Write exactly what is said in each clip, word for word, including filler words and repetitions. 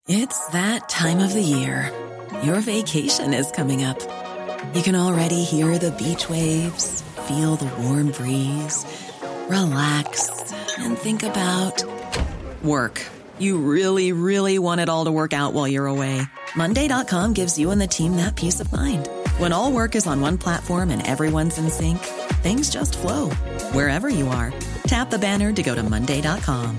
It's that time of the year. Your vacation is coming up. You can already hear the beach waves, feel the warm breeze, relax, and think about work. You really, really want it all to work out while you're away. Monday dot com gives you and the team that peace of mind. When all work is on one platform and everyone's in sync, things just flow. Wherever you are, tap the banner to go to monday dot com.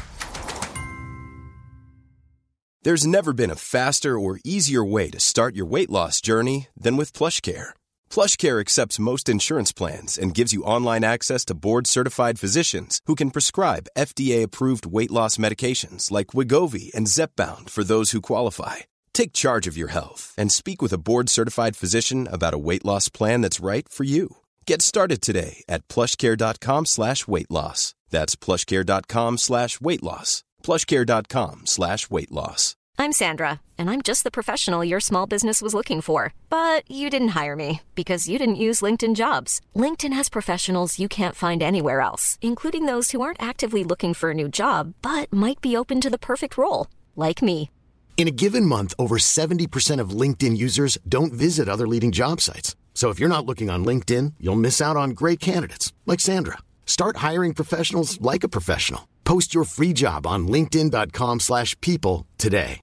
There's never been a faster or easier way to start your weight loss journey than with PlushCare. PlushCare accepts most insurance plans and gives you online access to board-certified physicians who can prescribe F D A-approved weight loss medications like Wegovy and Zepbound for those who qualify. Take charge of your health and speak with a board-certified physician about a weight loss plan that's right for you. Get started today at plushcare.com slash weight loss. That's plushcare.com slash weight loss. plushcare.com slash weight loss. I'm Sandra, and I'm just the professional your small business was looking for. But you didn't hire me because you didn't use LinkedIn Jobs. LinkedIn has professionals you can't find anywhere else, including those who aren't actively looking for a new job, but might be open to the perfect role, like me. In a given month, over seventy percent of LinkedIn users don't visit other leading job sites. So if you're not looking on LinkedIn, you'll miss out on great candidates, like Sandra. Start hiring professionals like a professional. Post your free job on linkedin.com slash people today.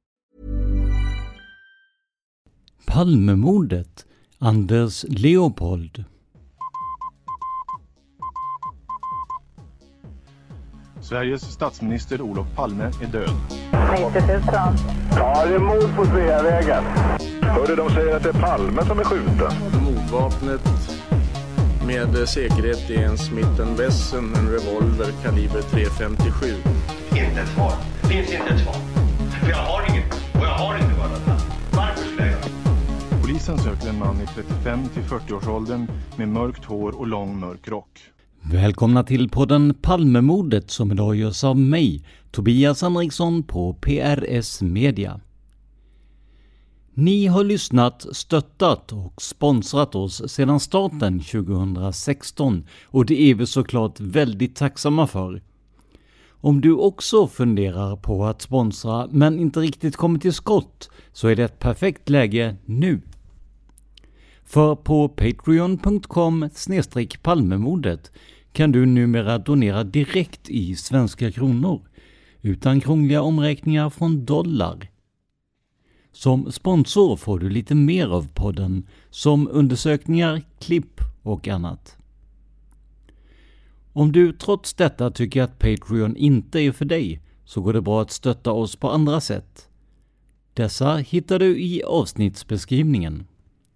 Palmemordet, Anders Leopold. Sveriges statsminister Olof Palme är död. nittio tusen. Ja, det är mord på Sveavägen. Hörde de säger att det är Palme som är skjuten. Mordvapnet med säkerhet är en Smith and Wesson, en revolver kaliber tre femtiosju. Inte ett svar. Finns inte ett svar. För jag har inget. Och jag har inte varit. Varför skulle jag göra? Polisen söker en man i trettiofem till fyrtio-årsåldern med mörkt hår och lång mörk rock. Välkomna till podden Palmemordet som idag görs av mig, Tobias Henriksson på P R S Media. Ni har lyssnat, stöttat och sponsrat oss sedan starten tjugohundrasexton och det är vi såklart väldigt tacksamma för. Om du också funderar på att sponsra men inte riktigt kommer till skott så är det ett perfekt läge nu. För på patreon punkt com snedstreck palmemordet kan du numera donera direkt i svenska kronor utan krångliga omräkningar från dollar. Som sponsor får du lite mer av podden, som undersökningar, klipp och annat. Om du trots detta tycker att Patreon inte är för dig så går det bra att stötta oss på andra sätt. Dessa hittar du i avsnittsbeskrivningen.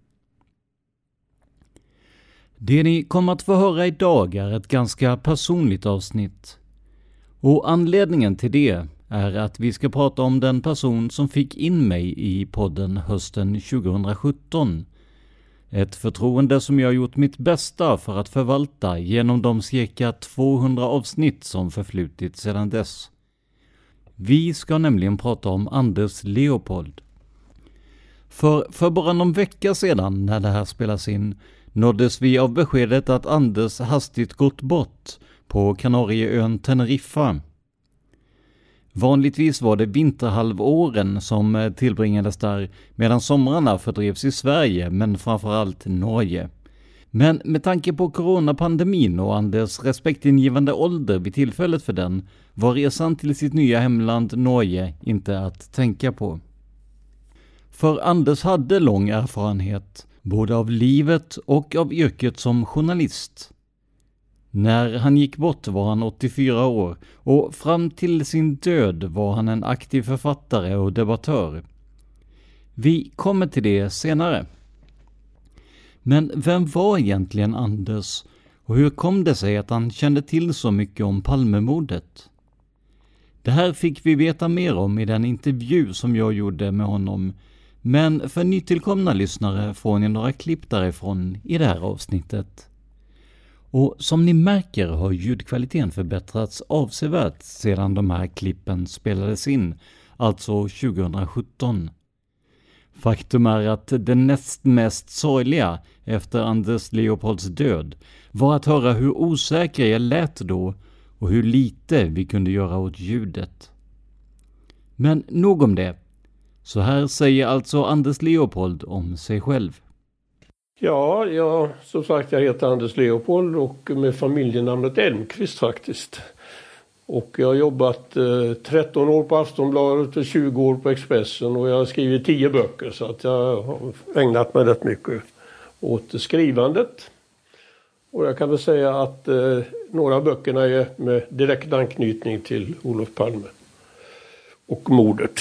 Det ni kommer att få höra idag är ett ganska personligt avsnitt. Och anledningen till det är att vi ska prata om den person som fick in mig i podden hösten tjugosjutton. Ett förtroende som jag gjort mitt bästa för att förvalta genom de cirka tvåhundra avsnitt som förflutit sedan dess. Vi ska nämligen prata om Anders Leopold. För, för bara någon vecka sedan när det här spelas in nåddes vi av beskedet att Anders hastigt gått bort på Kanarieön Teneriffa. Vanligtvis var det vinterhalvåren som tillbringades där medan somrarna fördrevs i Sverige men framförallt Norge. Men med tanke på coronapandemin och Anders respektingivande ålder vid tillfället för den var resan till sitt nya hemland Norge inte att tänka på. För Anders hade lång erfarenhet både av livet och av yrket som journalist. När han gick bort var han åttiofyra år och fram till sin död var han en aktiv författare och debattör. Vi kommer till det senare. Men vem var egentligen Anders och hur kom det sig att han kände till så mycket om Palmemordet? Det här fick vi veta mer om i den intervju som jag gjorde med honom, men för nytillkomna lyssnare får ni några klipp därifrån i det här avsnittet. Och som ni märker har ljudkvaliteten förbättrats avsevärt sedan de här klippen spelades in, alltså tjugosjutton. Faktum är att det näst mest sorgliga efter Anders Leopolds död var att höra hur osäker jag lät då och hur lite vi kunde göra åt ljudet. Men nog om det. Så här säger alltså Anders Leopold om sig själv. Ja, jag, som sagt, jag heter Anders Leopold och med familjenamnet Elmqvist faktiskt. Och jag har jobbat eh, tretton år på Aftonbladet och tjugo år på Expressen och jag har skrivit tio böcker så att jag har ägnat mig rätt mycket åt skrivandet. Och jag kan väl säga att eh, några av böckerna är med direkt anknytning till Olof Palme och mordet.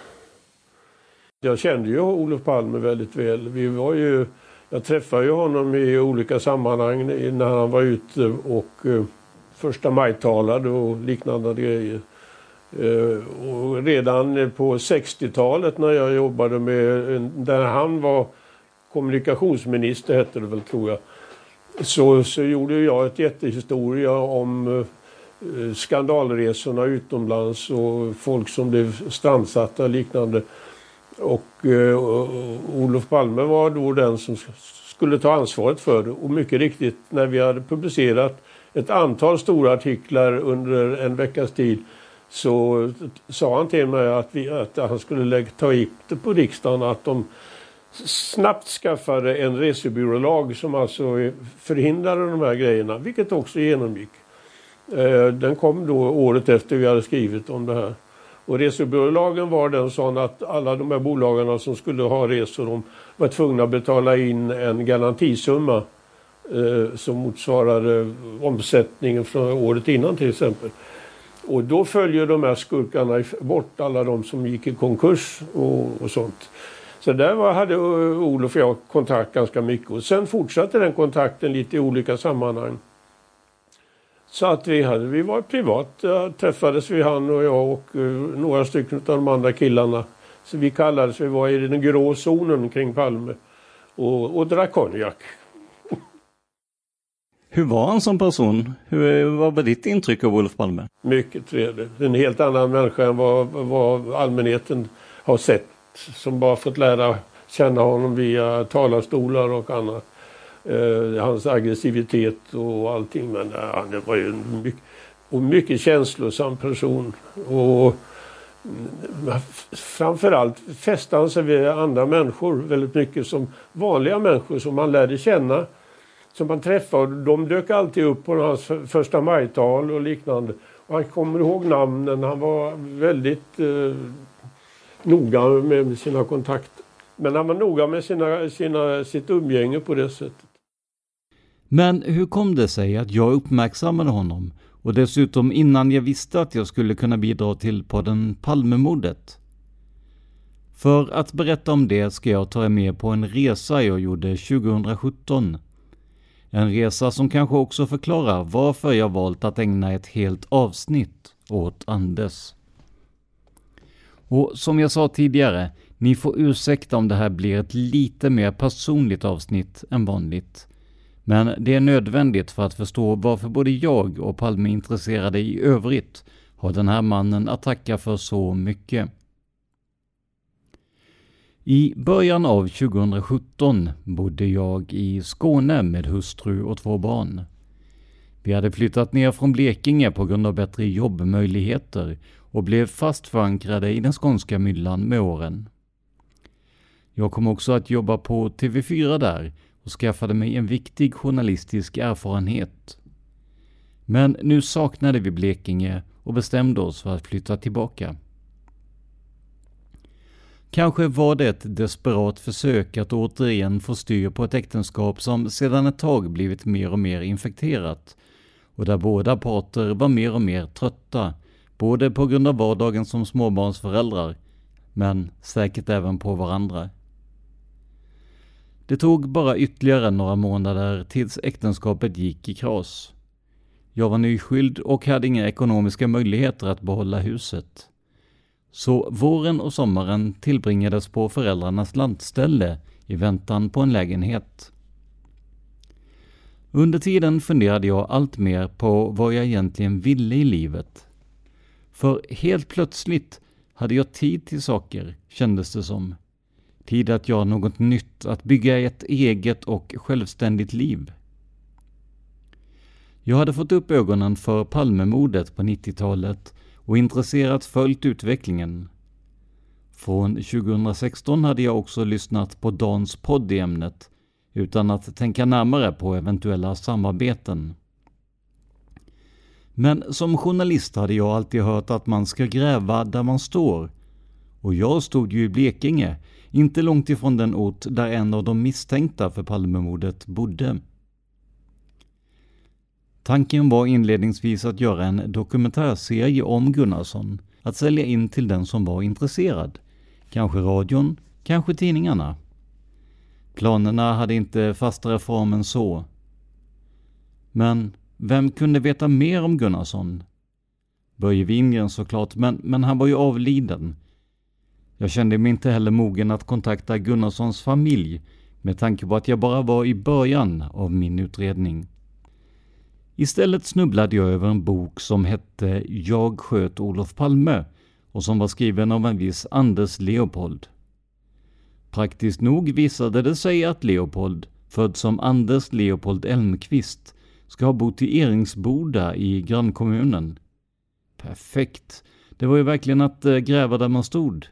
Jag kände ju Olof Palme väldigt väl. Vi var ju, jag träffade ju honom i olika sammanhang när han var ute och eh, första majtalade och liknande grejer. Eh, och redan på sextiotalet när jag jobbade med, där han var kommunikationsminister hette det väl tror jag, så, så gjorde jag ett jättehistoria om eh, skandalresorna utomlands och folk som blev strandsatta och liknande. Och eh, Olof Palme var då den som skulle ta ansvaret för det. Och mycket riktigt, när vi hade publicerat ett antal stora artiklar under en veckas tid så sa han till mig att, vi, att han skulle lägga, ta hit det på riksdagen att de snabbt skaffade en resebyrålag som alltså förhindrade de här grejerna, vilket också genomgick. Eh, den kom då året efter vi hade skrivit om det här. Och resebyrålagen var den sån att alla de här bolagarna som skulle ha resor de var tvungna att betala in en garantisumma eh, som motsvarade omsättningen från året innan till exempel. Och då följer de här skurkarna bort alla de som gick i konkurs och, och sånt. Så där var, hade Olof och jag kontakt ganska mycket. Och sen fortsatte den kontakten lite i olika sammanhang. Så att vi, hade, vi var privat, ja, träffades vi han och jag och uh, några stycken av de andra killarna. Så vi kallades, vi var i den grå zonen kring Palme och, och drack konjak. Hur var han som person? Hur vad var ditt intryck av Olof Palme? Mycket trevlig. En helt annan människa än vad, vad allmänheten har sett. Som bara fått lära känna honom via talarstolar och annat. Uh, hans aggressivitet och allting. Men uh, han var ju en mycket, och mycket känslosam person. Och uh, framförallt fäste han sig vid andra människor väldigt mycket som vanliga människor som man lärde känna. Som man träffade. De dök alltid upp på hans första majtal och liknande. Och han kommer ihåg namnen. Han var väldigt uh, noga med sina kontakter. Men han var noga med sina, sina, sitt umgänge på det sättet. Men hur kom det sig att jag uppmärksammade honom och dessutom innan jag visste att jag skulle kunna bidra till podden Palmemordet? För att berätta om det ska jag ta er med på en resa jag gjorde tjugohundrasjutton. En resa som kanske också förklarar varför jag valt att ägna ett helt avsnitt åt Anders. Och som jag sa tidigare, ni får ursäkta om det här blir ett lite mer personligt avsnitt än vanligt. Men det är nödvändigt för att förstå varför både jag och Palme intresserade i övrigt har den här mannen att tacka för så mycket. I början av tjugohundrasjutton bodde jag i Skåne med hustru och två barn. Vi hade flyttat ner från Blekinge på grund av bättre jobbmöjligheter och blev fast förankrade i den skånska myllan med åren. Jag kom också att jobba på T V fyra där och skaffade mig en viktig journalistisk erfarenhet. Men nu saknade vi Blekinge och bestämde oss för att flytta tillbaka. Kanske var det ett desperat försök att återigen få styr på ett äktenskap som sedan ett tag blivit mer och mer infekterat och där båda parter var mer och mer trötta, både på grund av vardagen som småbarnsföräldrar, men säkert även på varandra. Det tog bara ytterligare några månader tills äktenskapet gick i kras. Jag var nyskild och hade inga ekonomiska möjligheter att behålla huset. Så våren och sommaren tillbringades på föräldrarnas landställe i väntan på en lägenhet. Under tiden funderade jag allt mer på vad jag egentligen ville i livet. För helt plötsligt hade jag tid till saker, kändes det som. Tid att göra något nytt, att bygga ett eget och självständigt liv. Jag hade fått upp ögonen för Palmemordet på nittiotalet och intresserat följt utvecklingen. Från tjugohundrasexton hade jag också lyssnat på Dans podd i ämnet, utan att tänka närmare på eventuella samarbeten. Men som journalist hade jag alltid hört att man ska gräva där man står. Och jag stod ju i Blekinge, inte långt ifrån den ort där en av de misstänkta för Palmemordet bodde. Tanken var inledningsvis att göra en dokumentärserie om Gunnarsson, att sälja in till den som var intresserad. Kanske radion, kanske tidningarna. Planerna hade inte fastare form än så. Men vem kunde veta mer om Gunnarsson? Börje Wingren såklart, men, men han var ju avliden. Jag kände mig inte heller mogen att kontakta Gunnarssons familj med tanke på att jag bara var i början av min utredning. Istället snubblade jag över en bok som hette Jag sköt Olof Palme och som var skriven av en viss Anders Leopold. Praktiskt nog visade det sig att Leopold, född som Anders Leopold Elmqvist, ska ha bott i Eringsboda i grannkommunen. Perfekt, det var ju verkligen att gräva där man stod.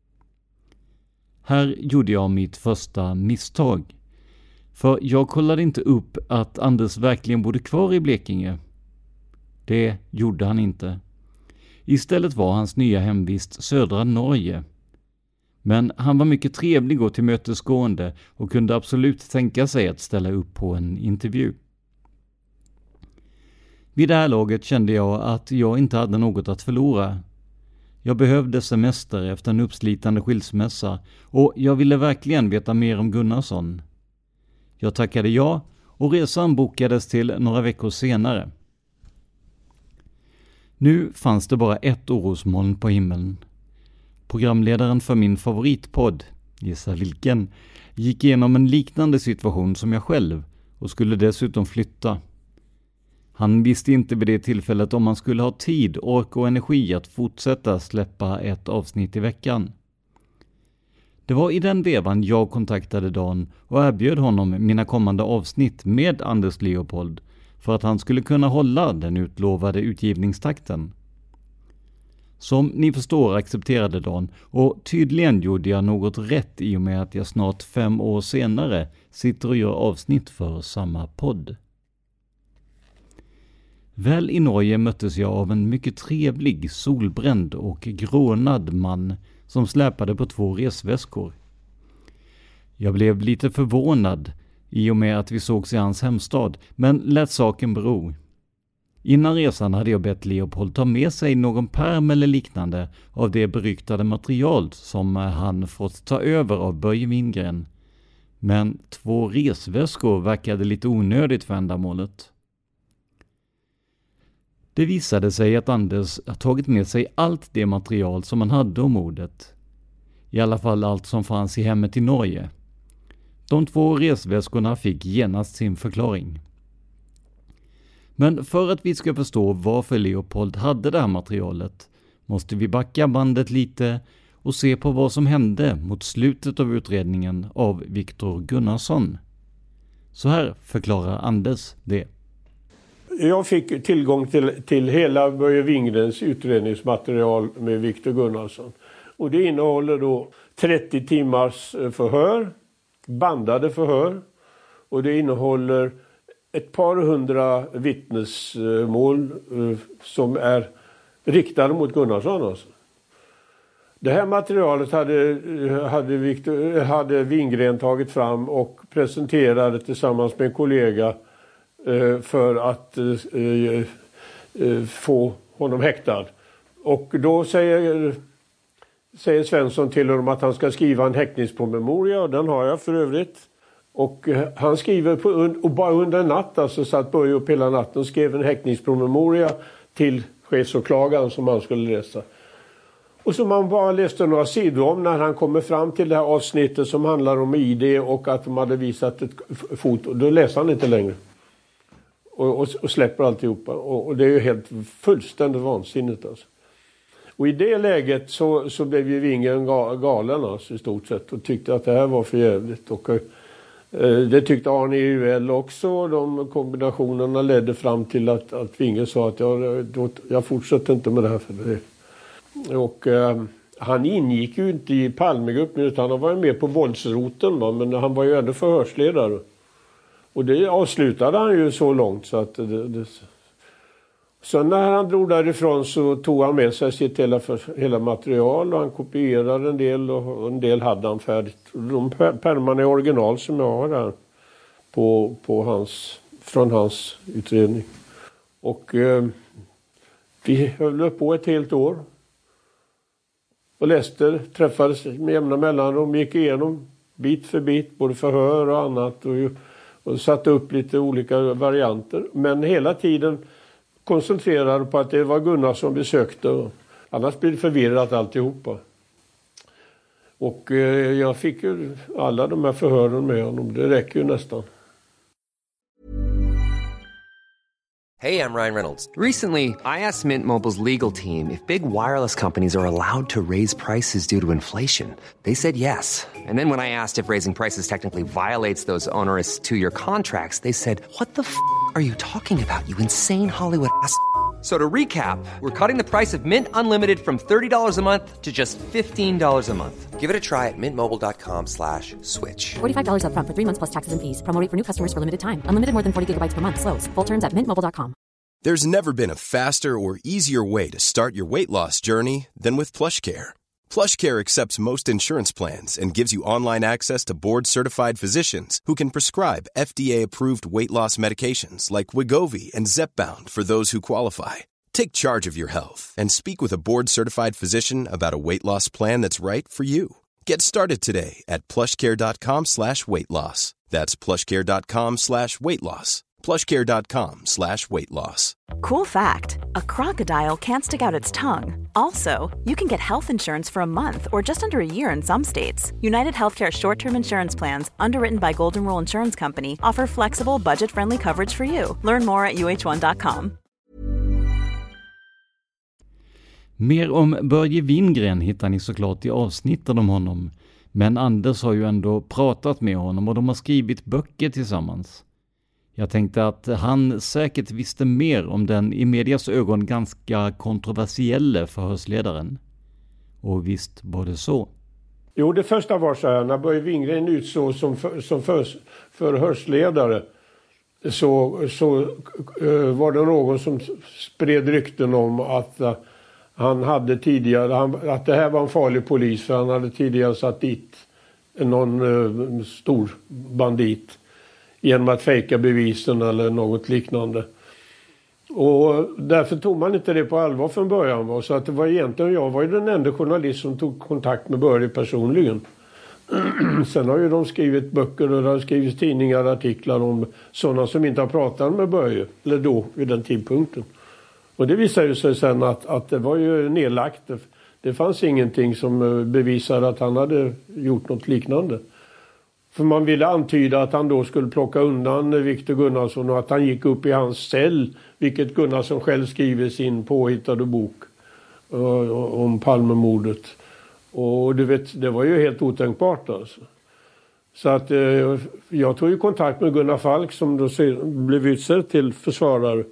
Här gjorde jag mitt första misstag. För jag kollade inte upp att Anders verkligen bodde kvar i Blekinge. Det gjorde han inte. Istället var hans nya hemvist södra Norge. Men han var mycket trevlig och tillmötesgående och kunde absolut tänka sig att ställa upp på en intervju. Vid det här laget kände jag att jag inte hade något att förlora. Jag behövde semester efter en uppslitande skilsmässa och jag ville verkligen veta mer om Gunnarsson. Jag tackade ja och resan bokades till några veckor senare. Nu fanns det bara ett orosmoln på himlen. Programledaren för min favoritpodd, gissa vilken, gick igenom en liknande situation som jag själv och skulle dessutom flytta. Han visste inte vid det tillfället om han skulle ha tid, ork och energi att fortsätta släppa ett avsnitt i veckan. Det var i den vevan jag kontaktade Dan och erbjöd honom mina kommande avsnitt med Anders Leopold för att han skulle kunna hålla den utlovade utgivningstakten. Som ni förstår accepterade Dan och tydligen gjorde jag något rätt i och med att jag snart fem år senare sitter och gör avsnitt för samma podd. Väl i Norge möttes jag av en mycket trevlig, solbränd och grånad man som släpade på två resväskor. Jag blev lite förvånad i och med att vi sågs i hans hemstad, men lät saken bero. Innan resan hade jag bett Leopold ta med sig någon pärm eller liknande av det beryktade material som han fått ta över av Börje Wingren. Men två resväskor verkade lite onödigt för ändamålet. Det visade sig att Anders tagit med sig allt det material som han hade om mordet. I alla fall allt som fanns i hemmet i Norge. De två resväskorna fick genast sin förklaring. Men för att vi ska förstå varför Leopold hade det här materialet måste vi backa bandet lite och se på vad som hände mot slutet av utredningen av Viktor Gunnarsson. Så här förklarar Anders det. Jag fick tillgång till, till hela Börje Wingrens utredningsmaterial med Viktor Gunnarsson. Och det innehåller då trettio timmars förhör, bandade förhör. Och det innehåller ett par hundra vittnesmål eh, som är riktade mot Gunnarsson. Alltså. Det här materialet hade, hade, Victor, hade Wingren tagit fram och presenterade tillsammans med en kollega för att eh, eh, få honom häktad. Och då säger, säger Svensson till honom att han ska skriva en häktningspromemoria, och den har jag för övrigt. Och eh, han skriver på, och bara under en natt, alltså satt Börje upp hela natten och skrev en häktningspromemoria till chefsåklagaren som han skulle läsa. Och som man bara läste några sidor om när han kommer fram till det här avsnittet som handlar om I D och att de hade visat ett foto. Då läser han inte längre. Och, och, och släpper alltihopa. Och, och det är ju helt fullständigt vansinnigt alltså. Och i det läget så, så blev ju Wingren galen alltså, i stort sett. Och tyckte att det här var för jävligt. Och eh, det tyckte Arne U L också. De kombinationerna ledde fram till att, att Wingren sa att jag, då, jag fortsätter inte med det här för det. Och eh, han ingick ju inte i Palmegruppen utan han var ju med på våldsroten, va? Men han var ju ändå förhörsledare. Och det avslutade han ju så långt så att det, det... Så när han drog därifrån så tog han med sig sitt hela, hela material och han kopierade en del och en del hade han färdigt. De pärmarna är original som jag har där på, på hans, från hans utredning. Och eh, vi höll på ett helt år och läste, träffades med jämna mellanrum, gick igenom bit för bit, både förhör och annat och, och satte upp lite olika varianter. Men hela tiden koncentrerade på att det var Gunnar som besökte. Annars blir det förvirrat alltihopa. Och eh, jag fick ju alla de här förhören med honom. Det räcker ju nästan. Hey, I'm Ryan Reynolds. Recently, I asked Mint Mobile's legal team if big wireless companies are allowed to raise prices due to inflation. They said yes. And then when I asked if raising prices technically violates those onerous two-year contracts, they said, what the f*** are you talking about, you insane Hollywood ass? So to recap, we're cutting the price of Mint Unlimited from thirty dollars a month to just fifteen dollars a month. Give it a try at mintmobile.com slash switch. forty-five dollars up front for three months plus taxes and fees. Promo rate for new customers for limited time. Unlimited more than forty gigabytes per month. Slows full terms at mint mobile dot com. There's never been a faster or easier way to start your weight loss journey than with PlushCare. PlushCare accepts most insurance plans and gives you online access to board-certified physicians who can prescribe F D A-approved weight loss medications like Wegovy and Zepbound for those who qualify. Take charge of your health and speak with a board-certified physician about a weight loss plan that's right for you. Get started today at plushcare.com slash weight loss. That's plushcare.com slash weight loss. plushcare.com slash weight loss. Cool fact, a crocodile can't stick out its tongue. Also, you can get health insurance for a month or just under a year in some states. United Healthcare short-term insurance plans, underwritten by Golden Rule Insurance Company, offer flexible, budget-friendly coverage for you. Learn more at u h one dot com. Mer om Börje Wingren hittar ni såklart i avsnitten om honom. Men Anders har ju ändå pratat med honom och de har skrivit böcker tillsammans. Jag tänkte att han säkert visste mer om den i medias ögon ganska kontroversiella förhörsledaren. Och visst var det så. Jo, det första var så här, när Börje Wingren utsågs som, för, som för, förhörsledare så, så uh, var det någon som spred rykten om att uh, han hade tidigare, han, att det här var en farlig polis för han hade tidigare satt dit någon uh, stor bandit genom att fejka bevisen eller något liknande. Och därför tog man inte det på allvar från början. Va? Så att det var egentligen, jag var ju den enda journalist som tog kontakt med Börje personligen. Sen har ju de skrivit böcker och det har skrivits tidningar, artiklar om sådana som inte har pratat med Börje. Eller då, vid den tidpunkten. Och det visade ju sig sen att, att det var ju nedlagt. Det fanns ingenting som bevisade att han hade gjort något liknande. För man ville antyda att han då skulle plocka undan Viktor Gunnarsson och att han gick upp i hans cell, vilket Gunnarsson själv skriver i sin påhittade bok uh, om Palmemordet. Och du vet, det var ju helt otänkbart alltså. Så att uh, jag tog ju kontakt med Gunnar Falk som då blev utsedd till försvarare.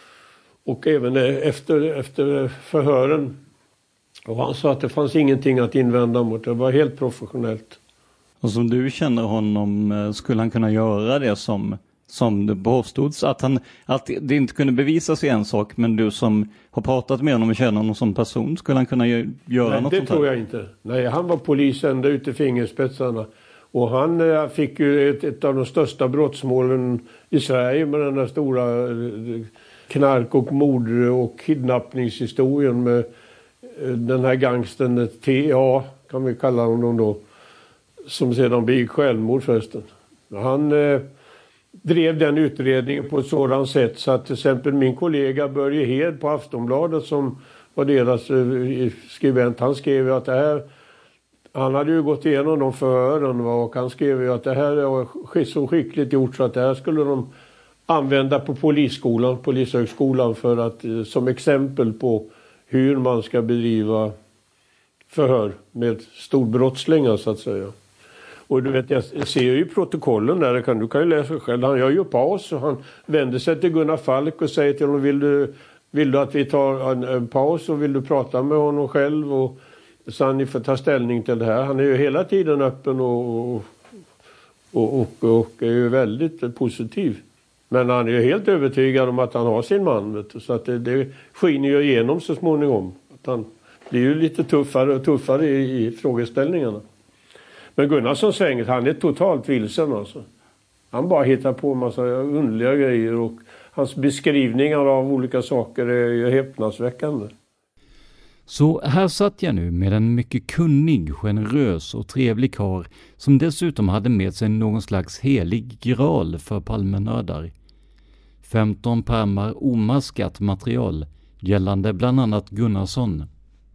Och även efter, efter förhören. Och han sa att det fanns ingenting att invända mot, det var helt professionellt. Och som du känner honom, skulle han kunna göra det som, som det påstods? Att, han, att det inte kunde bevisas i en sak, men du som har pratat med honom och känner honom som person, skulle han kunna göra Nej, något det sånt här? tror jag inte. Nej, han var polis ända ut i fingerspetsarna. Och han äh, fick ju ett, ett av de största brottsmålen i Sverige med den där stora äh, knark- och mord- och kidnappningshistorien med äh, den här gangsten T A, kan vi kalla honom då. Som sedan begick självmord förresten. Han eh, drev den utredningen på ett sådant sätt så att till exempel min kollega Börje Hed på Aftonbladet som var deras eh, skribent, han skrev ju att det här, han hade ju gått igenom de förhören och han skrev ju att det här var så skickligt gjort så att det här skulle de använda på polisskolan, polishögskolan för att eh, som exempel på hur man ska bedriva förhör med storbrottslingar så att säga. Och du vet, jag ser ju protokollen där, kan, du kan ju läsa själv. Han gör ju paus och han vänder sig till Gunnar Falk och säger till honom, vill du, vill du att vi tar en, en paus och vill du prata med honom själv? Och Så ni får ta ställning till det här. Han är ju hela tiden öppen och, och, och, och är ju väldigt positiv. Men han är ju helt övertygad om att han har sin man. Vet du. Så att det, det skiner ju igenom så småningom. Att han blir ju lite tuffare och tuffare i, i frågeställningarna. Men Gunnarsson svänger, han är totalt vilsen alltså. Han bara hittar på en massa underliga grejer och hans beskrivningar av olika saker är ju häpnadsväckande. Så här satt jag nu med en mycket kunnig, generös och trevlig karl som dessutom hade med sig någon slags helig graal för Palmenördar. femton pärmar omaskat material gällande bland annat Gunnarsson.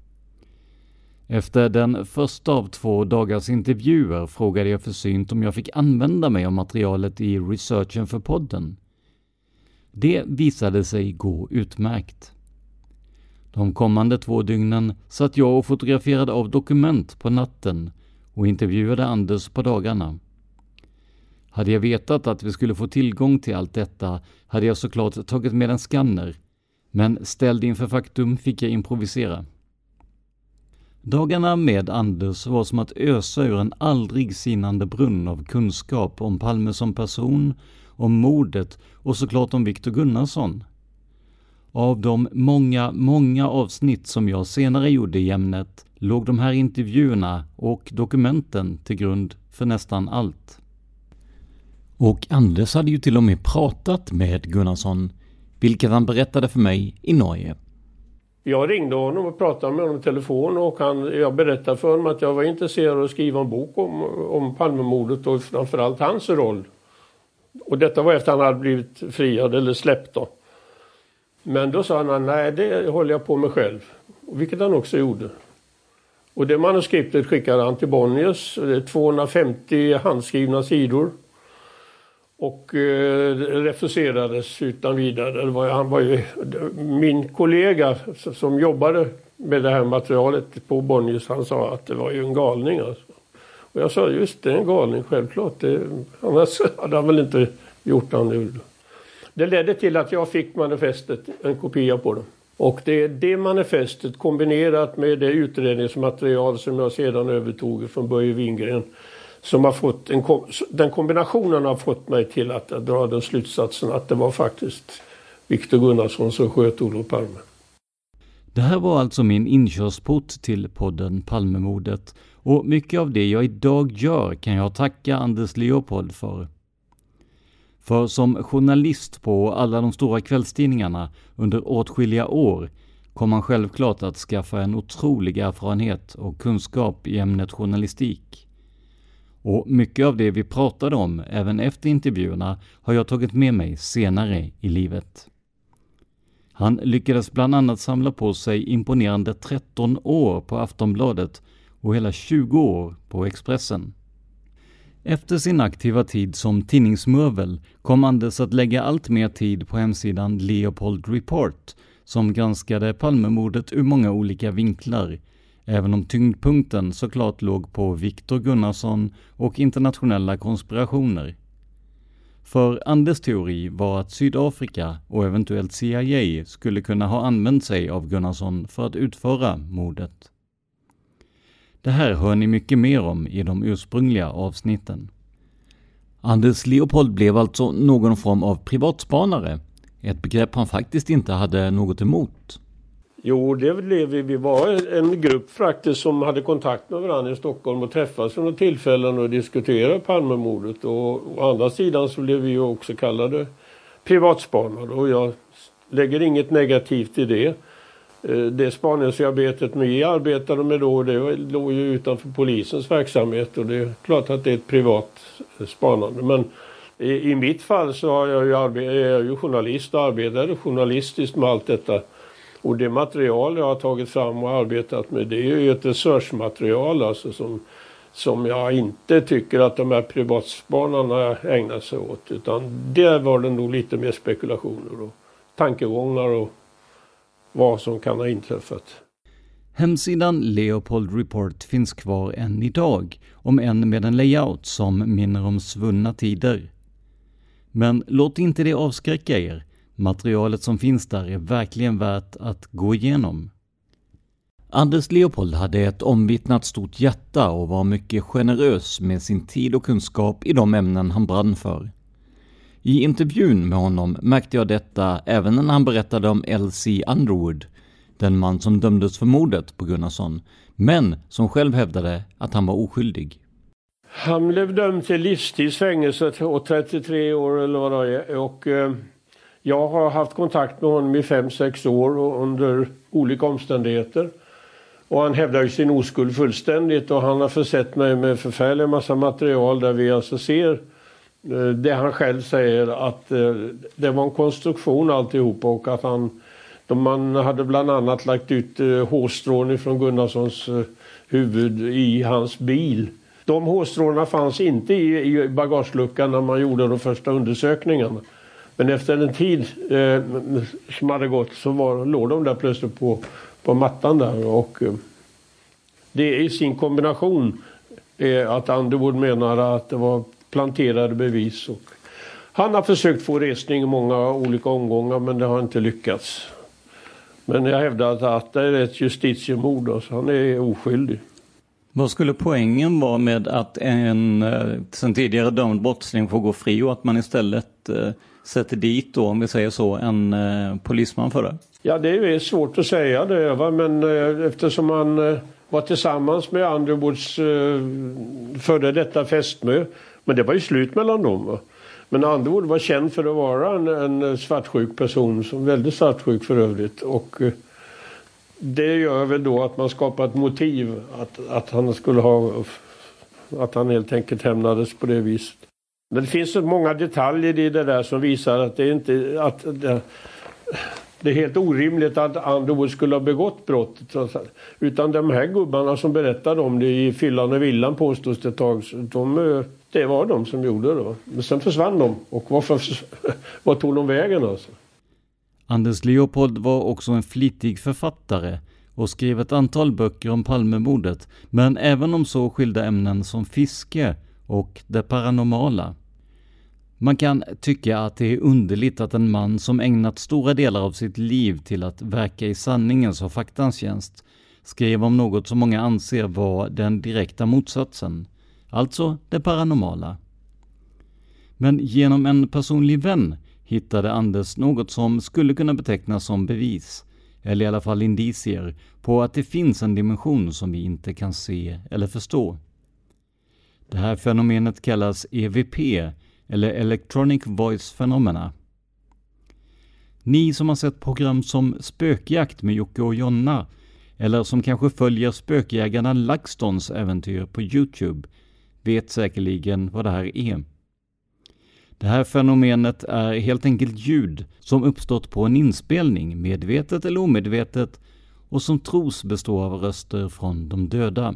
Efter den första av två dagars intervjuer frågade jag försynt om jag fick använda mig av materialet i researchen för podden. Det visade sig gå utmärkt. De kommande två dygnen satt jag och fotograferade av dokument på natten och intervjuade Anders på dagarna. Hade jag vetat att vi skulle få tillgång till allt detta hade jag såklart tagit med en skanner, men ställd inför faktum fick jag improvisera. Dagarna med Anders var som att ösa ur en aldrig sinande brunn av kunskap om Palme som person, om mordet och såklart om Viktor Gunnarsson. Av de många, många avsnitt som jag senare gjorde i ämnet låg de här intervjuerna och dokumenten till grund för nästan allt. Och Anders hade ju till och med pratat med Gunnarsson, vilket han berättade för mig i Norge. Jag ringde honom och pratade med honom i telefon och han, jag berättade för honom att jag var intresserad av att skriva en bok om, om Palmemordet och framförallt hans roll. Och detta var efter han hade blivit friad eller släppt då. Men då sa han, nej det håller jag på med själv. Vilket han också gjorde. Och det manuskriptet skickade han till Bonniers. Det är tvåhundrafemtio handskrivna sidor. Och eh, refuserades utan vidare. Det var, han var ju min kollega som jobbade med det här materialet på Bonniers. Han sa att det var ju en galning alltså. Och jag sa just det är en galning självklart. Det, annars hade han väl inte gjort han nu. Det ledde till att jag fick manifestet, en kopia på det. Och det är det manifestet kombinerat med det utredningsmaterial som jag sedan övertog från Börje Wingren. Som har fått en, den kombinationen har fått mig till att dra den slutsatsen att det var faktiskt Viktor Gunnarsson som sköt Olof Palme. Det här var alltså min inkörsport till podden Palmemordet och mycket av det jag idag gör kan jag tacka Anders Leopold för. För som journalist på alla de stora kvällstidningarna under åtskilliga år kom han självklart att skaffa en otrolig erfarenhet och kunskap i ämnet journalistik. Och mycket av det vi pratade om även efter intervjuerna har jag tagit med mig senare i livet. Han lyckades bland annat samla på sig imponerande tretton år på Aftonbladet och hela tjugo år på Expressen. Efter sin aktiva tid som tidningsmövel kom Anders att lägga allt mer tid på hemsidan Leopold Report som granskade Palmemordet ur många olika vinklar, även om tyngdpunkten såklart låg på Viktor Gunnarsson och internationella konspirationer. För Anders teori var att Sydafrika och eventuellt C I A skulle kunna ha använt sig av Gunnarsson för att utföra mordet. Det här hör ni mycket mer om i de ursprungliga avsnitten. Anders Leopold blev alltså någon form av privatspanare, ett begrepp han faktiskt inte hade något emot. Jo, det blev vi. Vi var en grupp faktiskt som hade kontakt med varandra i Stockholm och träffades vid några tillfällen och diskuterade Palmemordet. Och å andra sidan så blev vi ju också kallade privatspanare och jag lägger inget negativt i det. Det spaningsarbetet vi arbetade med då, det låg ju utanför polisens verksamhet och det är klart att det är ett privat spanande. Men i, i mitt fall så har jag ju arbet, är jag ju journalist och arbetade journalistiskt med allt detta. Och det material jag har tagit fram och arbetat med, det är ju ett researchmaterial alltså som, som jag inte tycker att de här privatspanarna ägnar sig åt. Utan där var det nog lite mer spekulationer och tankegångar och vad som kan ha inträffat. Hemsidan Leopold Report finns kvar än idag, om än med en layout som minner om svunna tider. Men låt inte det avskräcka er. Materialet som finns där är verkligen värt att gå igenom. Anders Leopold hade ett omvittnat stort hjärta och var mycket generös med sin tid och kunskap i de ämnen han brann för. I intervjun med honom märkte jag detta även när han berättade om L C Underwood, den man som dömdes för mordet på Gunnarsson, men som själv hävdade att han var oskyldig. Han blev dömd till livstidsfängelse och trettiotre år eller vad det är. Och eh, jag har haft kontakt med honom i fem sex år och under olika omständigheter. Och han hävdar ju sin oskuld fullständigt och han har försett mig med förfärliga massa material där vi alltså ser eh, det han själv säger att eh, det var en konstruktion alltihop och att han, de, man hade bland annat lagt ut eh, hårstrån från Gunnarssons eh, huvud i hans bil. De hårstråna fanns inte i, i bagageluckan när man gjorde de första undersökningarna. Men efter en tid eh, som hade gått så var, låg de där plötsligt på, på mattan där. Och eh, det är i sin kombination eh, att Underwood menar att det var planterade bevis. Och han har försökt få resning i många olika omgångar men det har inte lyckats. Men jag hävdar att, att det är ett justitiemord så han är oskyldig. Vad skulle poängen vara med att en sen tidigare dömd brottsling får gå fri och att man istället eh, sätter dit då, om vi säger så, en eh, polisman för det? Ja, det är svårt att säga det, va? Men eh, eftersom han eh, var tillsammans med Underwoods eh, före detta fästmö, men det var ju slut mellan dem, va? Men Underwood var känd för att vara en, en svartsjuk person, som väldigt svartsjuk för övrigt, och eh, det gör väl då att man skapar ett motiv att, att han skulle ha, att han helt enkelt hämnades på det viset. Men det finns så många detaljer i det där som visar att det är inte, att det, det är helt orimligt att Underwood skulle ha begått brottet. Utan de här gubbarna som berättade om det i Fyllan och Villan påstås det ett tag, de, det var de som gjorde det då. Men sen försvann de, och varför, vad tog de vägen alltså? Anders Leopold var också en flitig författare och skrev ett antal böcker om Palmemordet, men även om så skilda ämnen som fiske och det paranormala. Man kan tycka att det är underligt att en man som ägnat stora delar av sitt liv till att verka i sanningens och faktans tjänst skrev om något som många anser var den direkta motsatsen, alltså det paranormala. Men genom en personlig vän hittade Anders något som skulle kunna betecknas som bevis, eller i alla fall indicier, på att det finns en dimension som vi inte kan se eller förstå. Det här fenomenet kallas E V P, eller Electronic Voice Phenomena. Ni som har sett program som Spökjakt med Jocke och Jonna, eller som kanske följer spökjägarna LaxTons äventyr på YouTube, vet säkerligen vad det här är. Det här fenomenet är helt enkelt ljud som uppstått på en inspelning, medvetet eller omedvetet, och som tros bestå av röster från de döda.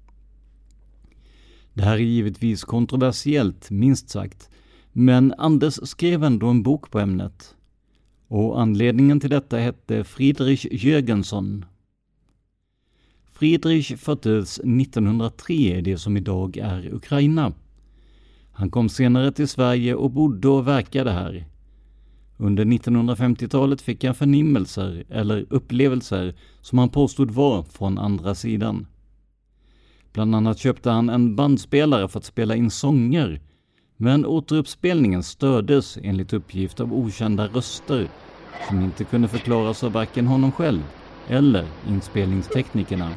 Det här är givetvis kontroversiellt, minst sagt, men Anders skrev ändå en bok på ämnet. Och anledningen till detta hette Friedrich Jürgenson. Friedrich föddes nittonhundratre i det som idag är Ukraina. Han kom senare till Sverige och bodde och verkade här. Under nittonhundrafemtiotalet fick han förnimmelser eller upplevelser som han påstod var från andra sidan. Bland annat köpte han en bandspelare för att spela in sånger, men återuppspelningen stördes enligt uppgift av okända röster som inte kunde förklaras av varken honom själv eller inspelningsteknikerna.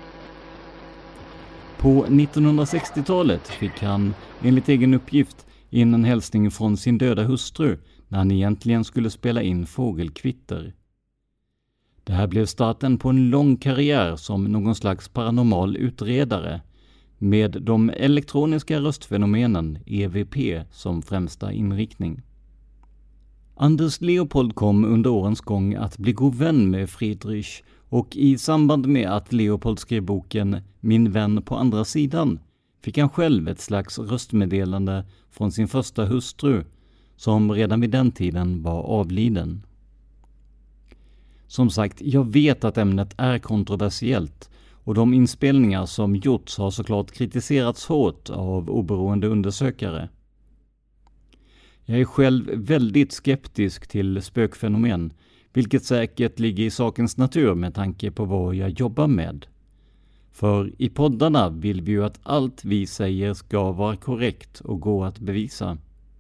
På nittonhundrasextiotalet fick han, enligt egen uppgift, in en hälsning från sin döda hustru när han egentligen skulle spela in fågelkvitter. Det här blev starten på en lång karriär som någon slags paranormal utredare, med de elektroniska röstfenomenen E V P som främsta inriktning. Anders Leopold kom under årens gång att bli god vän med Friedrich, och i samband med att Leopold skrev boken Min vän på andra sidan fick han själv ett slags röstmeddelande från sin första hustru, som redan vid den tiden var avliden. Som sagt, jag vet att ämnet är kontroversiellt, och de inspelningar som gjorts har såklart kritiserats hårt av oberoende undersökare. Jag är själv väldigt skeptisk till spökfenomen, vilket säkert ligger i sakens natur med tanke på vad jag jobbar med. För i poddarna vill vi ju att allt vi säger ska vara korrekt och gå att bevisa.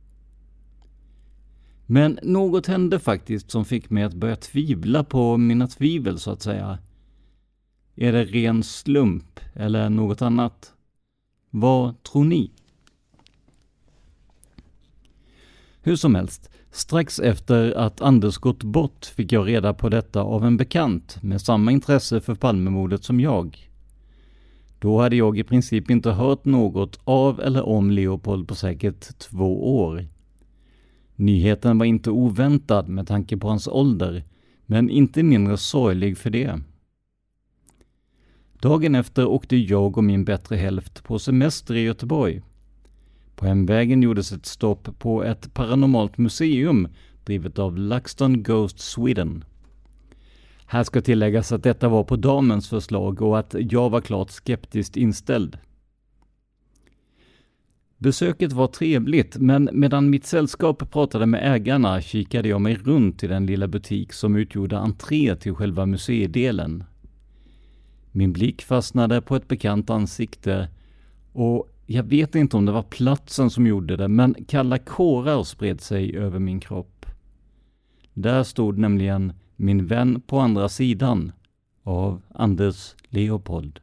Men något hände faktiskt som fick mig att börja tvivla på mina tvivel så att säga. Är det ren slump eller något annat? Vad tror ni? Hur som helst, strax efter att Anders gått bort fick jag reda på detta av en bekant med samma intresse för Palmemordet som jag. Då hade jag i princip inte hört något av eller om Leopold på säkert två år. Nyheten var inte oväntad med tanke på hans ålder, men inte mindre sorglig för det. Dagen efter åkte jag och min bättre hälft på semester i Göteborg. På hemvägen gjordes ett stopp på ett paranormalt museum drivet av LaxTon Ghost Sweden. Här ska tilläggas att detta var på damens förslag och att jag var klart skeptiskt inställd. Besöket var trevligt, men medan mitt sällskap pratade med ägarna kikade jag mig runt i den lilla butik som utgjorde entré till själva museidelen. Min blick fastnade på ett bekant ansikte och jag vet inte om det var platsen som gjorde det, men kalla kårar spred sig över min kropp. Där stod nämligen min vän på andra sidan av Anders Leopold.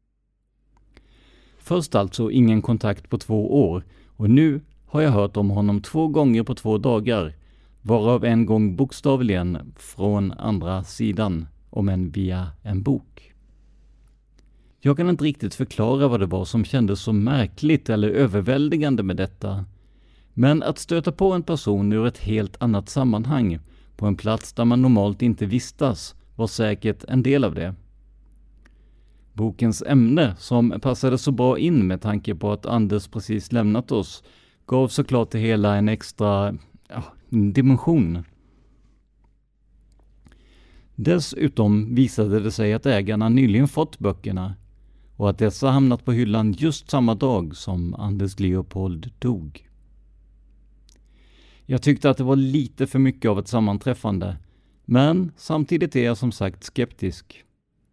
Först alltså ingen kontakt på två år och nu har jag hört om honom två gånger på två dagar, varav en gång bokstavligen från andra sidan, om än via en bok. Jag kan inte riktigt förklara vad det var som kändes så märkligt eller överväldigande med detta. Men att stöta på en person ur ett helt annat sammanhang på en plats där man normalt inte vistas var säkert en del av det. Bokens ämne, som passade så bra in med tanke på att Anders precis lämnat oss, gav såklart det hela en extra ja, dimension. Dessutom visade det sig att ägarna nyligen fått böckerna och att dessa hamnat på hyllan just samma dag som Anders Leopold dog. Jag tyckte att det var lite för mycket av ett sammanträffande, men samtidigt är jag som sagt skeptisk.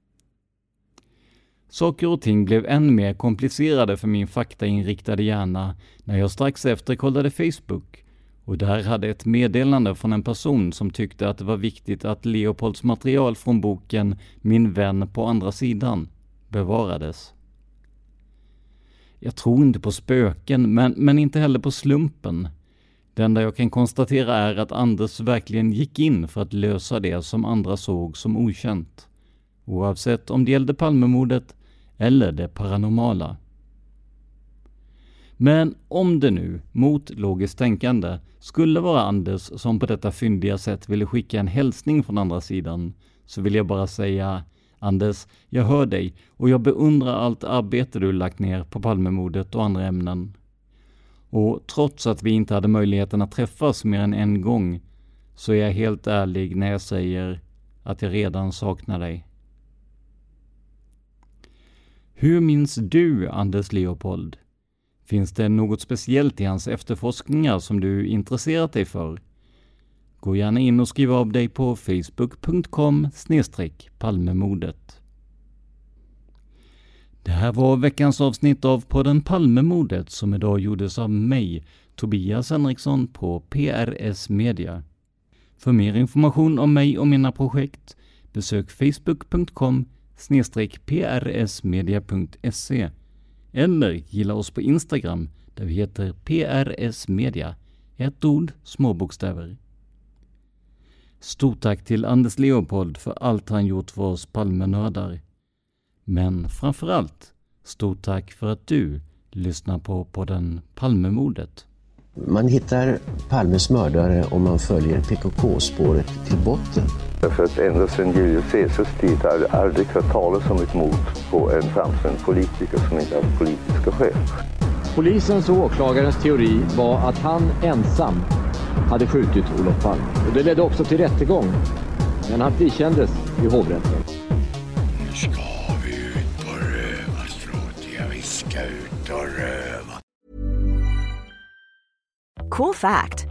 Saker och ting blev än mer komplicerade för min faktainriktade hjärna när jag strax efter kollade Facebook och där hade ett meddelande från en person som tyckte att det var viktigt att Leopolds material från boken Min vän på andra sidan bevarades. Jag tror inte på spöken, men, men inte heller på slumpen. Det enda jag kan konstatera är att Anders verkligen gick in för att lösa det som andra såg som okänt. Oavsett om det gällde Palmemordet eller det paranormala. Men om det nu, mot logiskt tänkande, skulle vara Anders som på detta fyndiga sätt ville skicka en hälsning från andra sidan, så vill jag bara säga: Anders, jag hör dig och jag beundrar allt arbete du lagt ner på Palmemordet och andra ämnen. Och trots att vi inte hade möjligheten att träffas mer än en gång, så är jag helt ärlig när jag säger att jag redan saknar dig. Hur minns du Anders Leopold? Finns det något speciellt i hans efterforskningar som du intresserat dig för? Gå gärna in och skriv av dig på facebook punkt com snedstreck palmemordet. Det här var veckans avsnitt av podden Palmemordet som idag gjordes av mig, Tobias Henriksson på P R S Media. För mer information om mig och mina projekt besök facebook punkt com snedstreck p r s media punkt se eller gilla oss på Instagram där vi heter P R S Media, ett ord, små bokstäver. Stort tack till Anders Leopold för allt han gjort för oss Palmenördar. Men framförallt, stort tack för att du lyssnar på podden Palmemordet. Man hittar Palmes mördare om man följer P K K-spåret till botten. För att ända sedan Julius Caesars tid har det aldrig hört talas om ett mord på en framstående politiker som inte har politiska skäl. Polisens och åklagarens teori var att han ensam hade skjutit Olof Palme. Och det ledde också till rättegång. Men han frikändes i hovrätten. Nu ska vi ut på rövarstråt. Ja, vi ska ut och röva. Cool fact,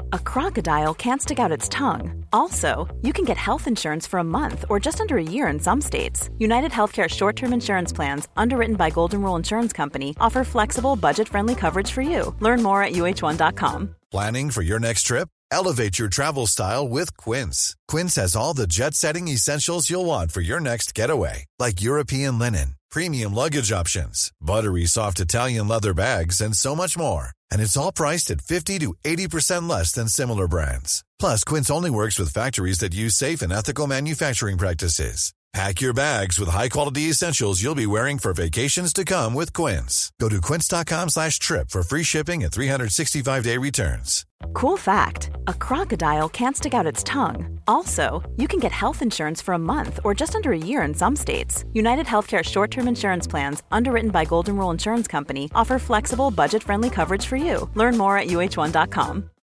a crocodile can't stick out its tongue. Also, you can get health insurance for a month or just under a year in some states. United Healthcare short-term insurance plans, underwritten by Golden Rule Insurance Company, offer flexible, budget-friendly coverage for you. Learn more at U H one dot com. Planning for your next trip? Elevate your travel style with Quince. Quince has all the jet-setting essentials you'll want for your next getaway, like European linen, premium luggage options, buttery soft Italian leather bags, and so much more. And it's all priced at fifty to eighty percent less than similar brands. Plus, Quince only works with factories that use safe and ethical manufacturing practices. Pack your bags with high-quality essentials you'll be wearing for vacations to come with Quince. Go to quince.com slash trip for free shipping and three sixty-five day returns. Cool fact, a crocodile can't stick out its tongue. Also, you can get health insurance for a month or just under a year in some states. United Healthcare short-term insurance plans, underwritten by Golden Rule Insurance Company, offer flexible, budget-friendly coverage for you. Learn more at U H one dot com.